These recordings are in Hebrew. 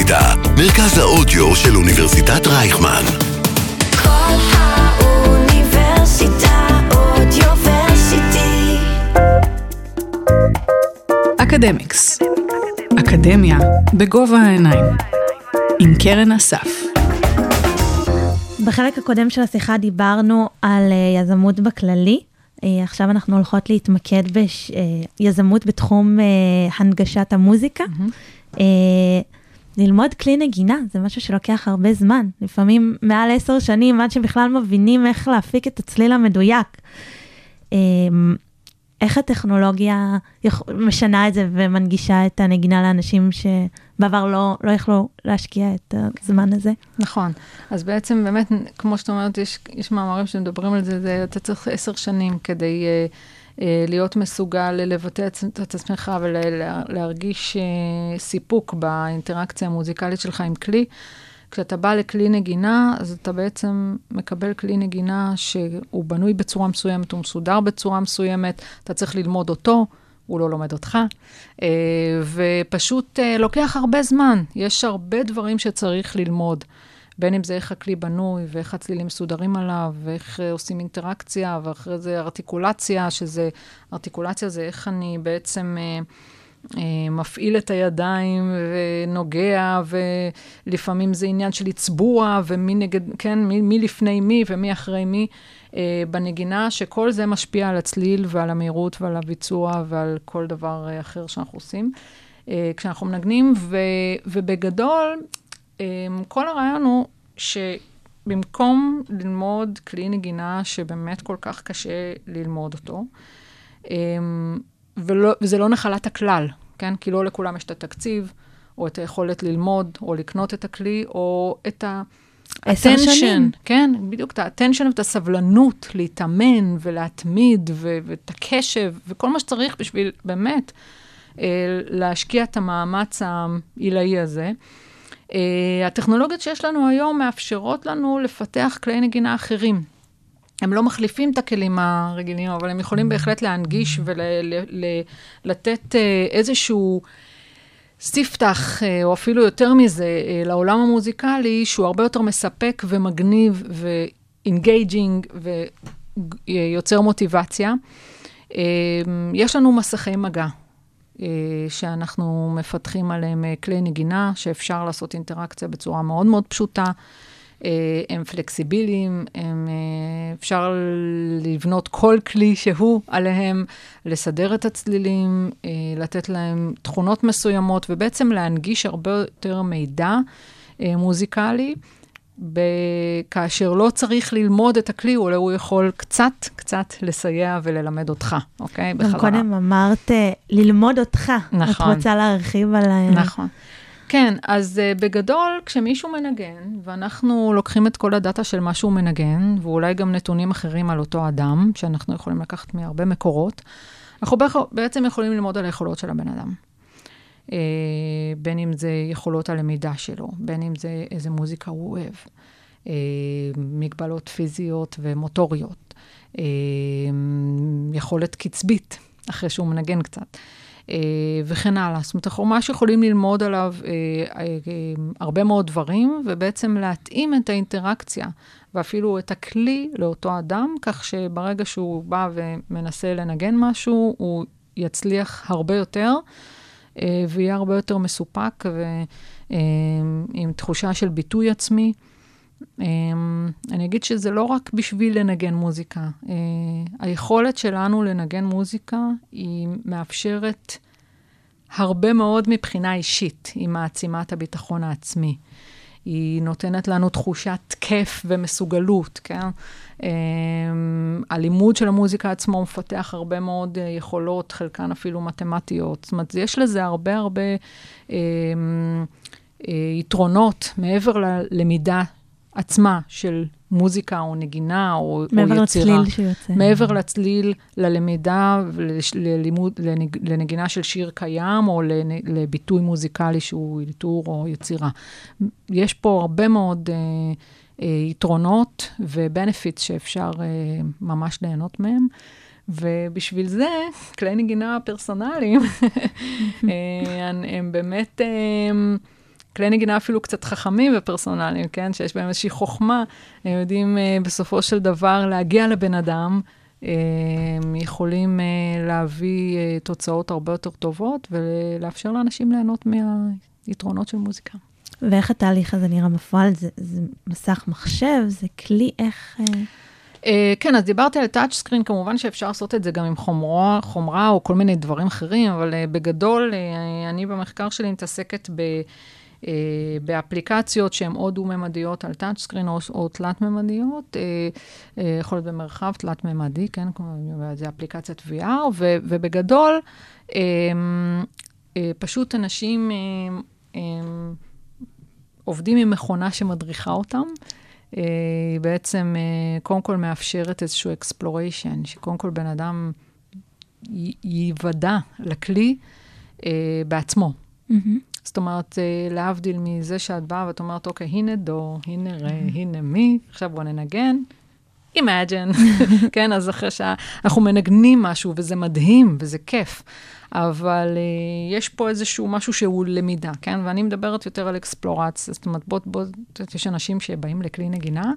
האוניברסיטה, מרכז האודיו של אוניברסיטת רייכמן. כל האוניברסיטה אודיוורסיטי. אקדמיקס. אקדמיה בגובה העיניים. עם קרן אסף. בחלק הקודם של השיחה דיברנו על יזמות בכללי. עכשיו אנחנו הולכות להתמקד ביזמות בתחום הנגשת המוזיקה. ללמוד כלי נגינה, זה משהו שלוקח הרבה זמן. לפעמים מעל 10 שנים, עד שבכלל מבינים איך להפיק את הצליל המדויק. איך הטכנולוגיה משנה את זה ומנגישה את הנגינה לאנשים שבעבר לא יכלו להשקיע את הזמן הזה? נכון. אז בעצם באמת, כמו שאת אומרת, יש מאמרים שמדברים על זה, אתה צריך 10 שנים כדי להיות מסוגל לבטא את עצמך ולהרגיש סיפוק באינטראקציה המוזיקלית שלך עם כלי. כשאתה בא לכלי נגינה, אז אתה בעצם מקבל כלי נגינה שהוא בנוי בצורה מסוימת, הוא מסודר בצורה מסוימת, אתה צריך ללמוד אותו, הוא לא לומד אותך, ופשוט לוקח הרבה זמן. יש הרבה דברים שצריך ללמוד, בין אם זה איך הכלי בנוי, ואיך הצלילים מסודרים עליו, ואיך עושים אינטראקציה, ואחרי זה ארטיקולציה, ארטיקולציה זה איך אני בעצם מפעיל את הידיים ונוגע, ולפעמים זה עניין של לצבוע, ומי נגד, כן, מי לפני מי ומי אחרי מי, בנגינה, שכל זה משפיע על הצליל ועל המהירות ועל הביצוע ועל כל דבר אחר שאנחנו עושים. כשאנחנו מנגנים, ובגדול, כל הרעיון הוא שבמקום ללמוד כלי נגינה שבאמת כל כך קשה ללמוד אותו, וזה לא נחלת הכלל, כן? כי לא לכולם יש את התקציב, או את היכולת ללמוד, או לקנות את הכלי, או את ה-attention, כן? בדיוק את ה-attention ואת הסבלנות להתאמן ולהתמיד, ואת הקשב, וכל מה שצריך בשביל באמת להשקיע את המאמץ העילאי הזה. הטכנולוגיות שיש לנו היום מאפשרות לנו לפתח כלי נגינה אחרים. הם לא מחליפים את הכלים הרגילים, אבל הם יכולים בהחלט להנגיש ולתת איזשהו ספתח, או אפילו יותר מזה, לעולם המוזיקלי, שהוא הרבה יותר מספק ומגניב ואינגייג'ינג ויוצר מוטיבציה. יש לנו מסכי מגע, שאנחנו מפתחים עליהם כלי נגינה, שאפשר לעשות אינטראקציה בצורה מאוד מאוד פשוטה. הם פלקסיביליים, אפשר לבנות כל כלי שהוא עליהם, לסדר את הצלילים, לתת להם תכונות מסוימות, ובעצם להנגיש הרבה יותר מידע מוזיקלי, כאשר לא צריך ללמוד את הכלי, אולי הוא יכול קצת לסייע וללמד אותך, אוקיי? גם קודם אמרת ללמוד אותך. נכון. את רוצה להרחיב על... נכון. כן, אז בגדול, כשמישהו מנגן, ואנחנו לוקחים את כל הדאטה של מה שהוא מנגן, ואולי גם נתונים אחרים על אותו אדם, שאנחנו יכולים לקחת מהרבה מקורות, אנחנו בעצם יכולים ללמוד על היכולות של הבן אדם. בין אם זה יכולות הלמידה שלו, בין אם זה איזה מוזיקה הוא אוהב, מגבלות פיזיות ומוטוריות, יכולת קצבית, אחרי שהוא מנגן קצת. וכן הלאה. זאת אומרת, אנחנו ממש יכולים ללמוד עליו הרבה מאוד דברים, ובעצם להתאים את האינטראקציה, ואפילו את הכלי לאותו אדם, כך שברגע שהוא בא ומנסה לנגן משהו, הוא יצליח הרבה יותר, ויהיה הרבה יותר מסופק, ועם תחושה של ביטוי עצמי. אני אגיד שזה לא רק בשביל לנגן מוזיקה. היכולת שלנו לנגן מוזיקה היא מאפשרת הרבה מאוד מבחינה אישית, היא מעצימת הביטחון העצמי. היא נותנת לנו תחושת כיף ומסוגלות, כן? הלימוד של המוזיקה עצמו מפתח הרבה מאוד יכולות, חלקן אפילו מתמטיות. זאת אומרת, יש לזה הרבה יתרונות מעבר ללמידה עצמה של מוזיקה או נגינה או יצירה. מעבר לצליל שיוצא. מעבר לצליל, ללמידה, לנגינה של שיר קיים, או לביטוי מוזיקלי שהוא ילתור או יצירה. יש פה הרבה מאוד יתרונות ובנפיטס שאפשר ממש ליהנות מהם. ובשביל זה, כלי נגינה פרסונליים, הם באמת כלי נגינה אפילו קצת חכמים ופרסונליים, כן? שיש בהם איזושהי חוכמה, הם יודעים בסופו של דבר להגיע לבן אדם, יכולים להביא תוצאות הרבה יותר טובות, ולאפשר לאנשים ליהנות מהיתרונות של מוזיקה. ואיך התהליך הזה נראה בפועל? זה מסך מחשב? זה כלי? איך... כן, אז דיברתי על טאצ' סקרין, כמובן שאפשר לעשות את זה גם עם חומרה או כל מיני דברים אחרים, אבל בגדול, אני במחקר שלי מתעסקת באפליקציות שהן או דו-ממדיות על טאצ' סקרין או תלת-ממדיות, יכול להיות במרחב תלת-ממדי, כן, זה אפליקציית VR, ובגדול, פשוט אנשים עובדים עם מכונה שמדריכה אותם, היא בעצם קודם כל מאפשרת איזשהו exploration, שקודם כל בן אדם ייוודע לכלי בעצמו. זאת אומרת, להבדיל מזה שאת באה ואת אומרת, אוקיי, הנה דו, הנה רה, הנה מי, עכשיו בוא ננגן, imagine, כן, אז אחרי שאנחנו מנגנים משהו, וזה מדהים, וזה כיף, אבל יש פה איזשהו משהו שהוא למידה, כן, ואני מדברת יותר על אקספלורציה, זאת אומרת, יש אנשים שבאים לכלי נגינה,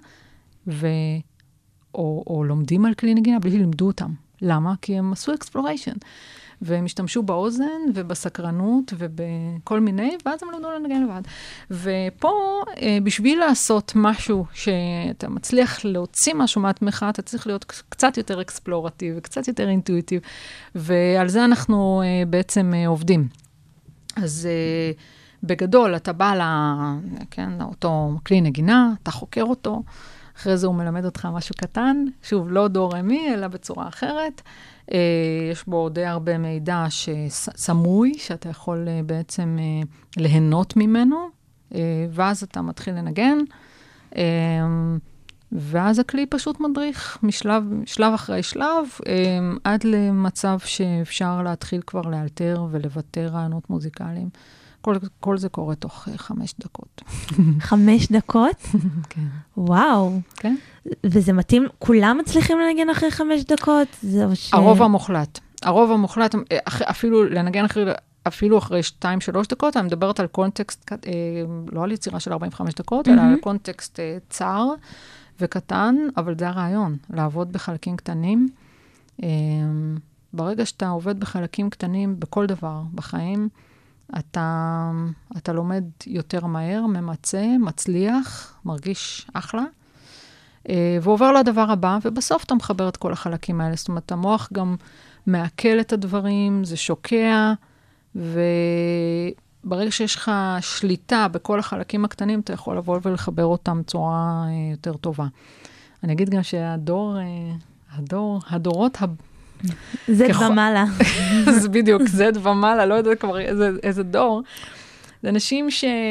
או לומדים על כלי נגינה, בלי לימדו אותם. למה? כי הם עשו אקספלוריישן. והם השתמשו באוזן ובסקרנות ובכל מיני, ואז הם למדו לנגן לבד. ופה, בשביל לעשות משהו שאתה מצליח להוציא משהו מעצמך, אתה צריך להיות קצת יותר אקספלורטיב וקצת יותר אינטואיטיב, ועל זה אנחנו בעצם עובדים. אז בגדול, אתה בא לאותו כלי נגינה, אתה חוקר אותו, אחרי זה הוא מלמד אותך משהו קטן, שוב, לא דו רמי, אלא בצורה אחרת. יש בו די הרבה מידע שסמוי, שאתה יכול בעצם ליהנות ממנו, ואז אתה מתחיל לנגן, ואז הכלי פשוט מדריך שלב אחרי שלב, עד למצב שאפשר להתחיל כבר לאלתר ולוותר רעיונות מוזיקליים. כל זה קורה תוך 5 דקות. 5 דקות? כן. וואו. כן. וזה מתאים, כולם מצליחים לנגן אחרי 5 דקות? הרוב המוחלט. הרוב המוחלט, אפילו לנגן אפילו אחרי 2-3 דקות, אני מדברת על קונטקסט, לא על יצירה של 45 דקות, אלא על קונטקסט צר וקטן, אבל זה הרעיון, לעבוד בחלקים קטנים. ברגע שאתה עובד בחלקים קטנים, בכל דבר בחיים, אתה לומד יותר מהר, ממצא, מצליח, מרגיש אחלה, ועובר לדבר הבא, ובסוף אתה מחבר את כל החלקים האלה. זאת אומרת, המוח גם מעכל את הדברים, זה שוקע, וברגע שיש לך שליטה בכל החלקים הקטנים, אתה יכול לבוא ולחבר אותם בצורה יותר טובה. אני אגיד גם הדורות זד ומעלה. זה בדיוק, זד ומעלה, לא יודעת כבר איזה דור. זה אנשים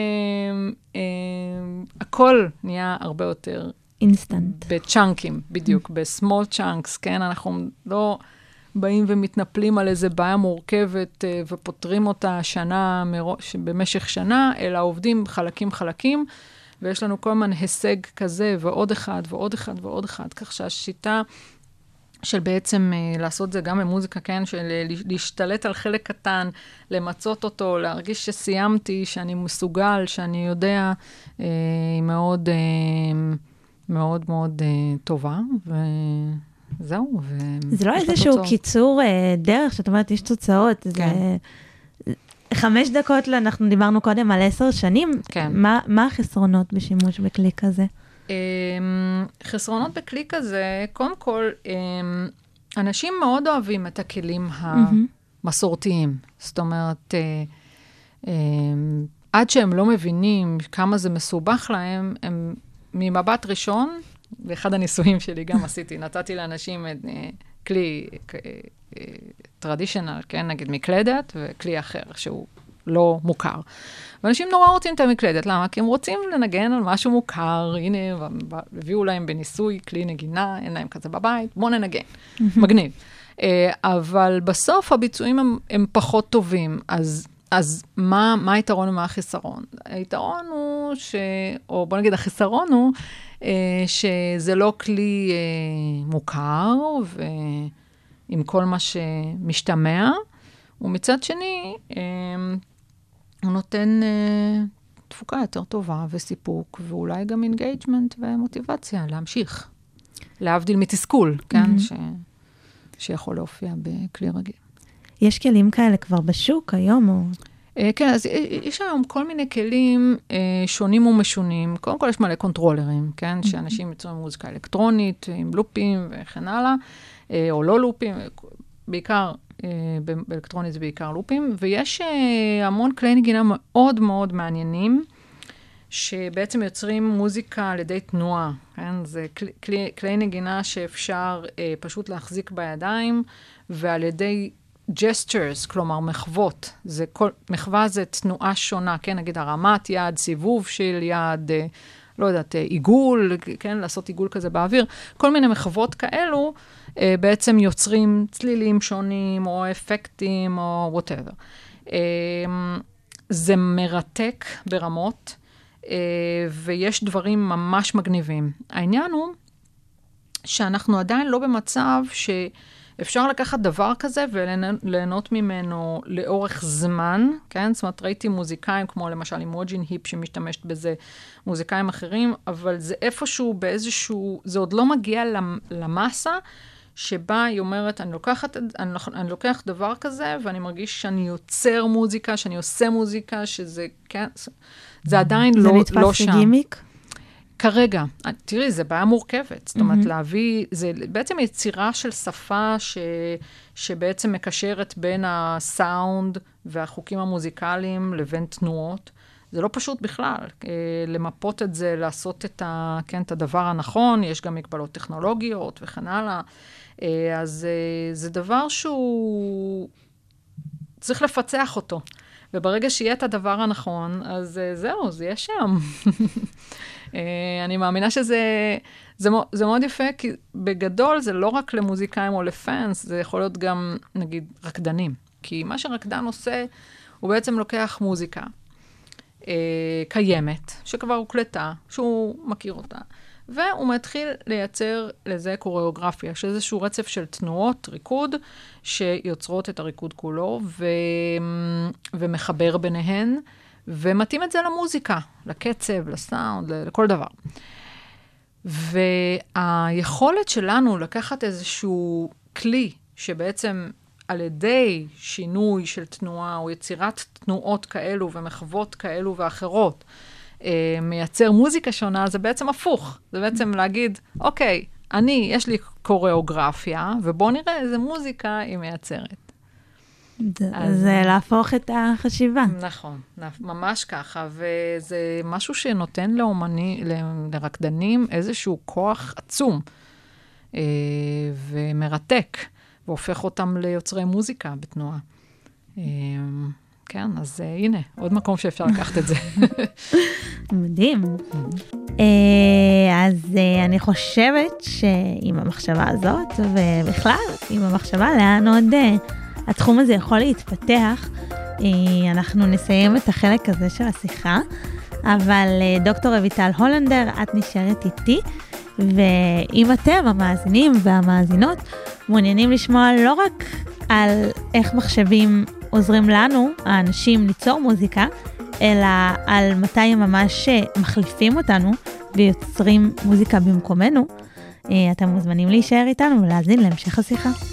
שהכל נהיה הרבה יותר... אינסטנט. בצ'אנקים, בדיוק, בסמול צ'אנקס, כן? אנחנו לא באים ומתנפלים על איזה בעיה מורכבת ופותרים אותה במשך שנה, אלא עובדים חלקים, ויש לנו כל הזמן הישג כזה, ועוד אחד, ועוד אחד, ועוד אחד, כך שהשיטה... של בעצם לעשות זה גם במוזיקה, כן? של להשתלט על חלק קטן, למצות אותו, להרגיש שסיימתי, שאני מסוגל, שאני יודע, היא מאוד, מאוד, מאוד טובה, וזהו. זה לא איזשהו קיצור דרך, שאת אומרת, יש תוצאות. כן. 5 דקות, אנחנו דיברנו קודם על 10 שנים. כן. מה החסרונות בשימוש בכלי כזה? חסרונות בכלי כזה, קודם כל, אנשים מאוד אוהבים את הכלים המסורתיים. זאת אומרת, עד שהם לא מבינים כמה זה מסובך להם, הם ממבט ראשון, באחד הניסויים שלי גם עשיתי, נתתי לאנשים כלי טרדישנל, כן, נגיד מקלדת, וכלי אחר שהוא לא מוכר. ואנשים נורא רוצים את המקלדת, למה? כי הם רוצים לנגן על משהו מוכר, הנה, הביאו להם בניסוי כלי נגינה, אין להם כזה בבית, בוא ננגן, מגניב. אבל בסוף הביצועים הם פחות טובים, אז מה היתרון ומה החיסרון? היתרון הוא או בוא נגיד החיסרון הוא, שזה לא כלי מוכר, ועם כל מה שמשתמע, ומצד שני, הוא נותן תפוקה יותר טובה וסיפוק, ואולי גם אינגייג'מנט ומוטיבציה להמשיך. להבדיל מתסכול, כן? שיכול להופיע בכלי רגיל. יש כלים כאלה כבר בשוק היום? או... כן, אז יש היום כל מיני כלים שונים ומשונים. קודם כל יש מלא קונטרולרים, כן? שאנשים יוצרים מוזיקה אלקטרונית, עם לופים וכן הלאה, או לא לופים, בעיקר, באלקטרונית זה בעיקר לופים, ויש המון כלי נגינה מאוד מאוד מעניינים, שבעצם יוצרים מוזיקה על ידי תנועה, כן? זה כלי נגינה שאפשר פשוט להחזיק בידיים, ועל ידי gestures, כלומר מחוות. מחווה זה תנועה שונה, כן? נגיד הרמת יד, סיבוב של יד, לא יודעת, עיגול, כן? לעשות עיגול כזה באוויר. כל מיני מחוות כאלו בעצם יוצרים צלילים שונים, או אפקטים, או whatever. זה מרתק ברמות, ויש דברים ממש מגניבים. העניין הוא שאנחנו עדיין לא במצב שאפשר לקחת דבר כזה וליהנות ממנו לאורך זמן, כן? זאת אומרת, ראיתי מוזיקאים כמו למשל אימוג'ין היפ שמשתמשת בזה, מוזיקאים אחרים, אבל זה איפשהו באיזשהו, זה עוד לא מגיע למסה, שבה היא אומרת, אני לוקח דבר כזה, ואני מרגיש שאני יוצר מוזיקה, שאני עושה מוזיקה, שזה, כן, זה עדיין לא שם. זה נתפס לגימיק? כרגע, תראי, זה בעיה מורכבת. זאת אומרת, להביא, זה בעצם יצירה של שפה שבעצם מקשרת בין הסאונד והחוקים המוזיקליים לבין תנועות. זה לא פשוט בכלל. למפות את זה, לעשות את הדבר הנכון, יש גם מגבלות טכנולוגיות וכן הלאה. אז זה דבר שהוא צריך לפצח אותו. וברגע שיהיה את הדבר הנכון, אז זהו, זה יהיה שם. אני מאמינה זה מאוד יפה, כי בגדול זה לא רק למוזיקאים או לפאנס, זה יכול להיות גם, נגיד, רקדנים. כי מה שרקדן עושה, הוא בעצם לוקח מוזיקה קיימת, שכבר הוקלטה, שהוא מכיר אותה, והוא מתחיל לייצר לזה קוריאוגרפיה, שאיזשהו רצף של תנועות, ריקוד, שיוצרות את הריקוד כולו, ומחבר ביניהן, ומתאים את זה למוזיקה, לקצב, לסאונד, לכל דבר. והיכולת שלנו לקחת איזשהו כלי, שבעצם על ידי שינוי של תנועה, או יצירת תנועות כאלו ומחוות כאלו ואחרות, מייצר מוזיקה שונה, זה בעצם הפוך. זה בעצם להגיד, אוקיי, יש לי קוריאוגרפיה, ובוא נראה איזה מוזיקה היא מייצרת. זה להפוך את החשיבה. נכון, ממש ככה, וזה משהו שנותן לרקדנים איזשהו כוח עצום, ומרתק, והופך אותם ליוצרי מוזיקה בתנועה. כן, אז הנה, עוד מקום שאפשר לקחת את זה. מדהים. אז אני חושבת שעם המחשבה הזאת, ובכלל, עם המחשבה לאן עוד התחום הזה יכול להתפתח, אנחנו נסיים את החלק הזה של השיחה, אבל דוקטור רויטל הולנדר, את נשארת איתי, ואם אתם, המאזינים והמאזינות, מעוניינים לשמוע לא רק על איך מחשבים עוזרים לנו, האנשים, ליצור מוזיקה, אלא על מתי הם ממש מחליפים אותנו ויוצרים מוזיקה במקומנו, אתם מוזמנים להישאר איתנו ולהאזין להמשך השיחה.